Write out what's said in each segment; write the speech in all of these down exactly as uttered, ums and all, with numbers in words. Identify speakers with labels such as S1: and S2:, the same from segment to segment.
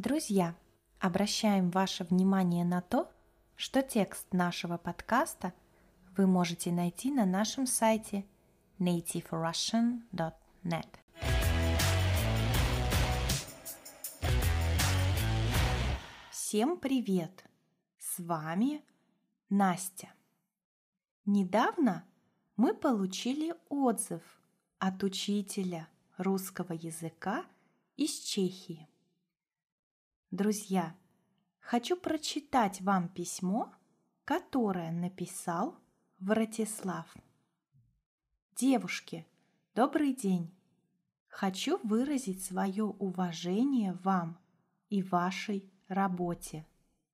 S1: Друзья, обращаем ваше внимание на то, что текст нашего подкаста вы можете найти на нашем сайте нейтив рассиан точка нет. Всем привет! С вами Настя. Недавно мы получили отзыв от учителя русского языка из Чехии. Друзья, хочу прочитать вам письмо, которое написал Вратислав. Девушки, добрый день! Хочу выразить свое уважение вам и вашей работе.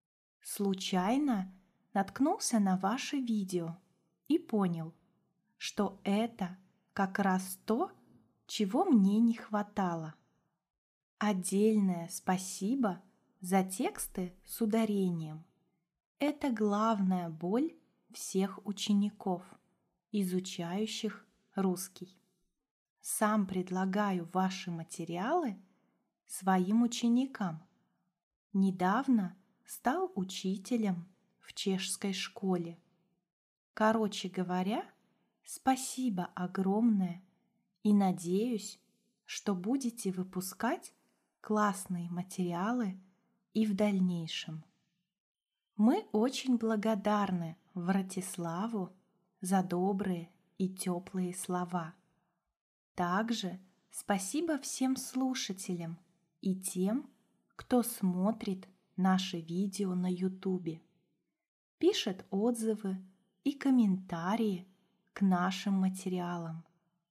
S1: Случайно наткнулся на ваше видео и понял, что это как раз то, чего мне не хватало. Отдельное спасибо за тексты с ударением. Это главная боль всех учеников, изучающих русский. Сам предлагаю ваши материалы своим ученикам. Недавно стал учителем в чешской школе. Короче говоря, спасибо огромное и надеюсь, что будете выпускать классные материалы и в дальнейшем. Мы очень благодарны Вратиславу за добрые и теплые слова. Также спасибо всем слушателям и тем, кто смотрит наши видео на ютубе, пишет отзывы и комментарии к нашим материалам.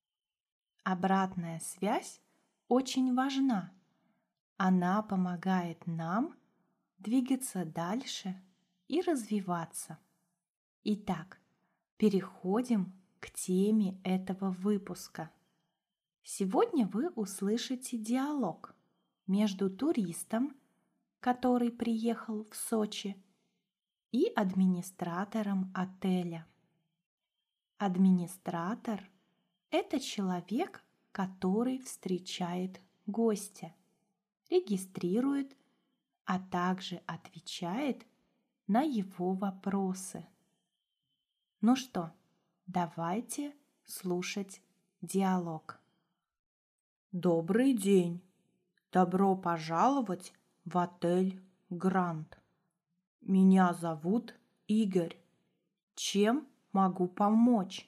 S1: Обратная связь очень важна. Она помогает нам двигаться дальше и развиваться. Итак, переходим к теме этого выпуска. Сегодня вы услышите диалог между туристом, который приехал в Сочи, и администратором отеля. Администратор – это человек, который встречает гостя, регистрирует, а также отвечает на его вопросы. Ну что, давайте слушать диалог.
S2: Добрый день! Добро пожаловать в отель Гранд. Меня зовут Игорь. Чем могу помочь?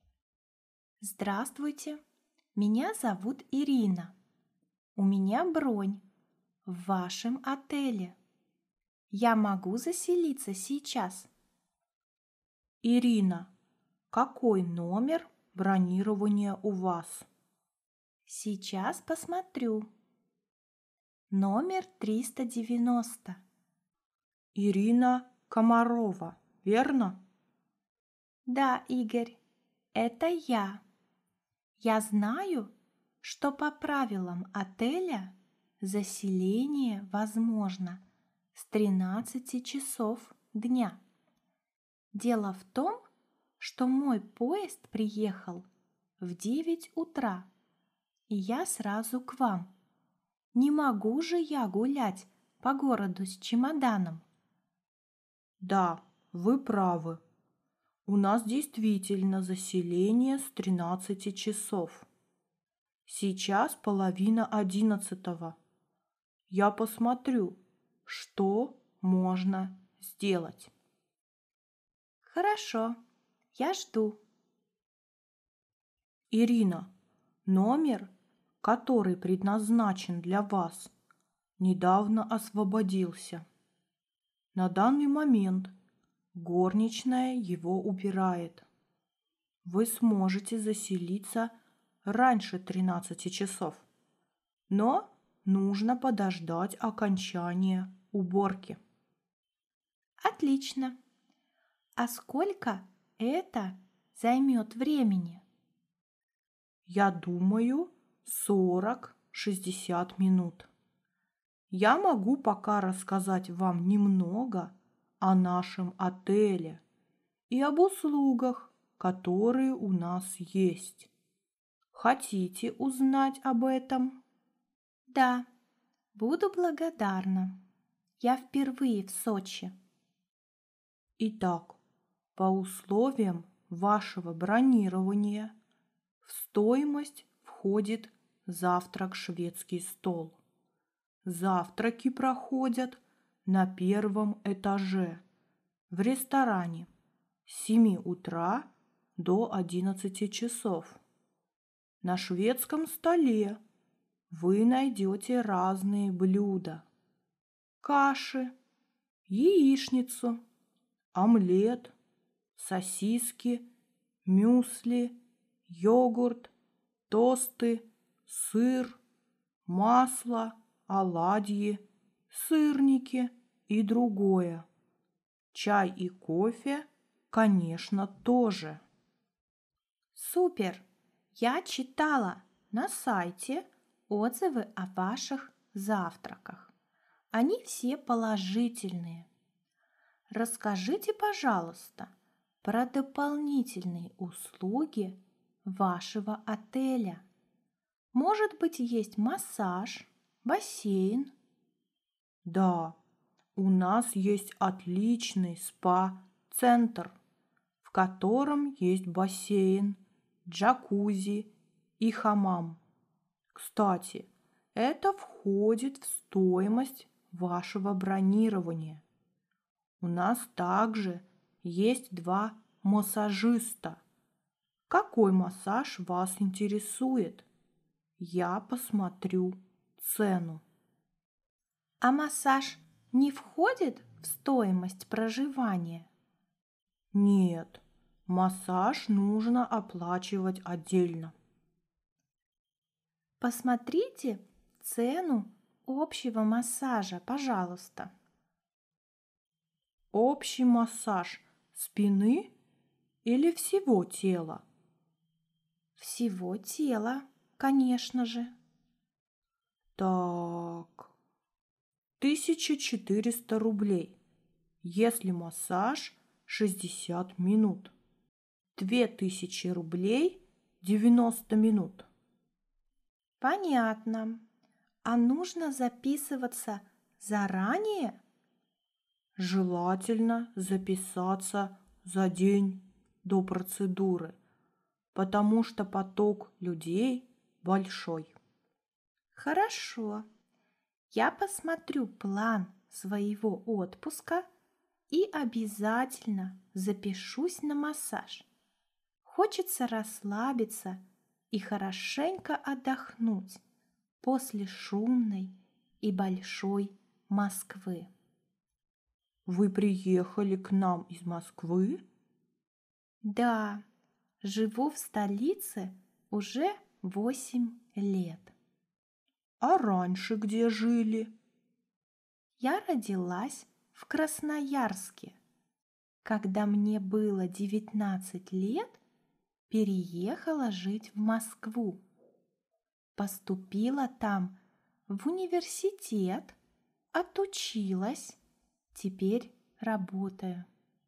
S1: Здравствуйте, меня зовут Ирина. У меня бронь в вашем отеле. Я могу заселиться сейчас?
S2: Ирина, какой номер бронирования у вас?
S1: Сейчас посмотрю. Номер триста девяносто.
S2: Ирина Комарова, верно?
S1: Да, Игорь, это я. Я знаю, что по правилам отеля заселение возможно с тринадцати часов дня. Дело в том, что мой поезд приехал в девять утра, и я сразу к вам. Не могу же я гулять по городу с чемоданом.
S2: Да, вы правы. У нас действительно заселение с тринадцати часов. Сейчас половина одиннадцатого. Я посмотрю, что можно сделать.
S1: Хорошо, я жду.
S2: Ирина, номер, который предназначен для вас, недавно освободился. На данный момент горничная его убирает. Вы сможете заселиться раньше тринадцати часов, но нужно подождать окончания уборки.
S1: Отлично. А сколько это займет времени?
S2: Я думаю, сорок-шестьдесят минут. Я могу пока рассказать вам немного о нашем отеле и об услугах, которые у нас есть. Хотите узнать об этом?
S1: Да, Буду благодарна. Я впервые в Сочи.
S2: Итак, по условиям вашего бронирования в стоимость входит завтрак «Шведский стол». Завтраки проходят на первом этаже в ресторане с семи утра до одиннадцати часов. На шведском столе вы найдете разные блюда: каши, яичницу, омлет, сосиски, мюсли, йогурт, тосты, сыр, масло, оладьи, сырники и другое. Чай и кофе, конечно, тоже.
S1: Супер! Я читала на сайте отзывы о ваших завтраках. Они все положительные. Расскажите, пожалуйста, про дополнительные услуги вашего отеля. Может быть, есть массаж, бассейн?
S2: Да, у нас есть отличный спа-центр, в котором есть бассейн, джакузи и хамам. Кстати, это входит в стоимость вашего бронирования. У нас также есть два массажиста. Какой массаж вас интересует? Я посмотрю цену.
S1: А массаж не входит в стоимость проживания?
S2: Нет, массаж нужно оплачивать отдельно.
S1: Посмотрите цену общего массажа, пожалуйста.
S2: Общий массаж спины или всего тела?
S1: Всего тела, конечно же.
S2: Так, тысяча четыреста рублей, если массаж шестьдесят минут. Две тысячи рублей девяносто минут.
S1: Понятно. А нужно записываться заранее?
S2: Желательно записаться за день до процедуры, потому что поток людей большой.
S1: Хорошо. Я посмотрю план своего отпуска и обязательно запишусь на массаж. Хочется расслабиться и хорошенько отдохнуть после шумной и большой Москвы.
S2: Вы приехали к нам из Москвы?
S1: Да, живу в столице уже восемь лет.
S2: А раньше где жили?
S1: Я родилась в Красноярске. Когда мне было девятнадцать лет, переехала жить в Москву. Поступила там в университет, отучилась, теперь работаю.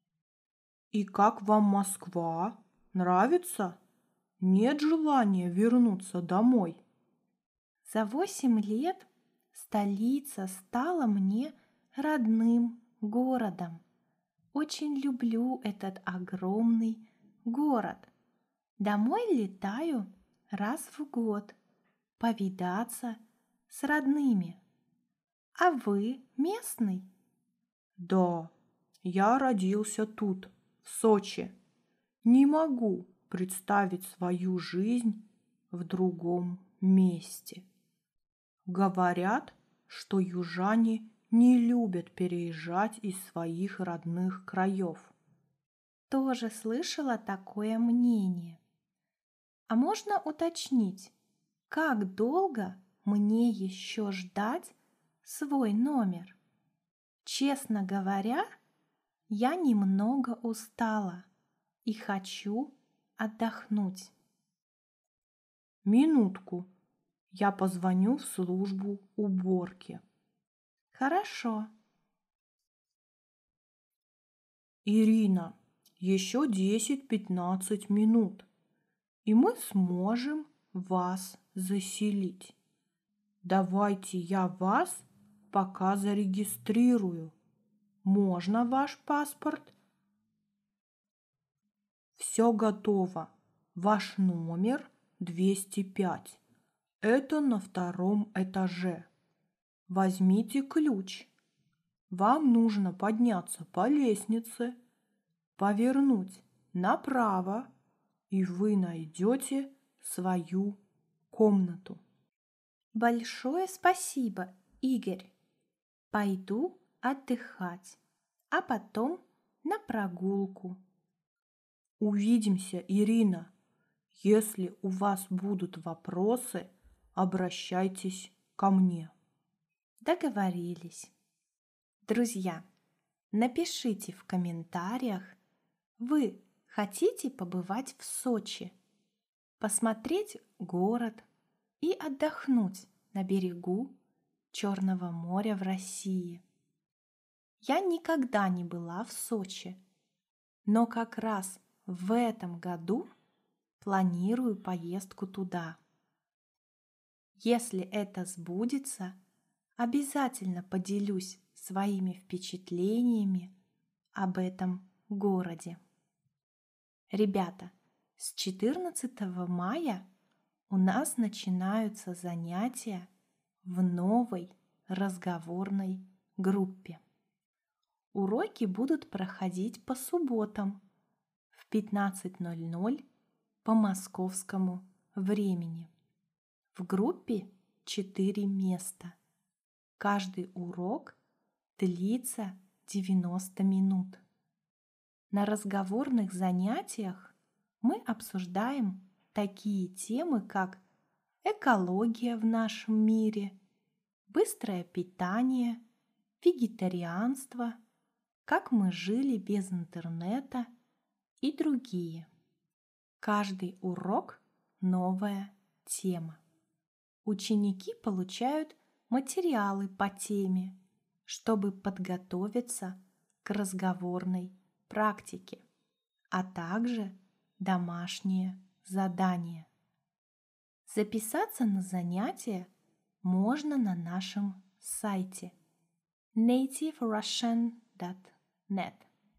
S2: И как вам Москва? Нравится? Нет желания вернуться домой?
S1: За восемь лет столица стала мне родным городом. Очень люблю этот огромный город. Домой летаю раз в год повидаться с родными. А вы местный?
S2: Да, я родился тут, в Сочи. Не могу представить свою жизнь в другом месте. Говорят, что южане не любят переезжать из своих родных краев.
S1: Тоже слышала такое мнение. А можно уточнить, как долго мне еще ждать свой номер? Честно говоря, я немного устала и хочу отдохнуть.
S2: Минутку, я позвоню в службу уборки.
S1: Хорошо.
S2: Ирина, еще десять-пятнадцать минут, и мы сможем вас заселить. Давайте я вас пока зарегистрирую. Можно ваш паспорт? Все готово. Ваш номер двести пять. Это на втором этаже. Возьмите ключ. Вам нужно подняться по лестнице, повернуть направо, и вы найдете свою комнату.
S1: Большое спасибо, Игорь. Пойду отдыхать, а потом на прогулку.
S2: Увидимся, Ирина. Если у вас будут вопросы, обращайтесь ко мне.
S1: Договорились. Друзья, напишите в комментариях, вы хотите побывать в Сочи, посмотреть город и отдохнуть на берегу Черного моря в России. Я никогда не была в Сочи, но как раз в этом году планирую поездку туда. Если это сбудется, обязательно поделюсь своими впечатлениями об этом городе. Ребята, с четырнадцатого мая у нас начинаются занятия в новой разговорной группе. Уроки будут проходить по субботам в пятнадцать ноль ноль по московскому времени. В группе четыре места. Каждый урок длится девяносто минут. На разговорных занятиях мы обсуждаем такие темы, как экология в нашем мире, быстрое питание, вегетарианство, как мы жили без интернета и другие. Каждый урок – новая тема. Ученики получают материалы по теме, чтобы подготовиться к разговорной практике, а также домашние задания. Записаться на занятия можно на нашем сайте нейтив рассиан точка нет.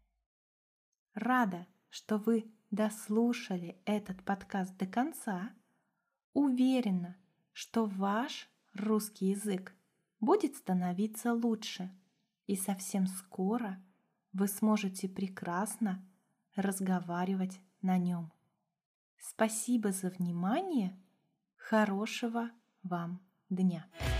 S1: Рада, что вы дослушали этот подкаст до конца. Уверена, что ваш русский язык будет становиться лучше, и совсем скоро вы сможете прекрасно разговаривать на нем. Спасибо за внимание. Хорошего вам дня!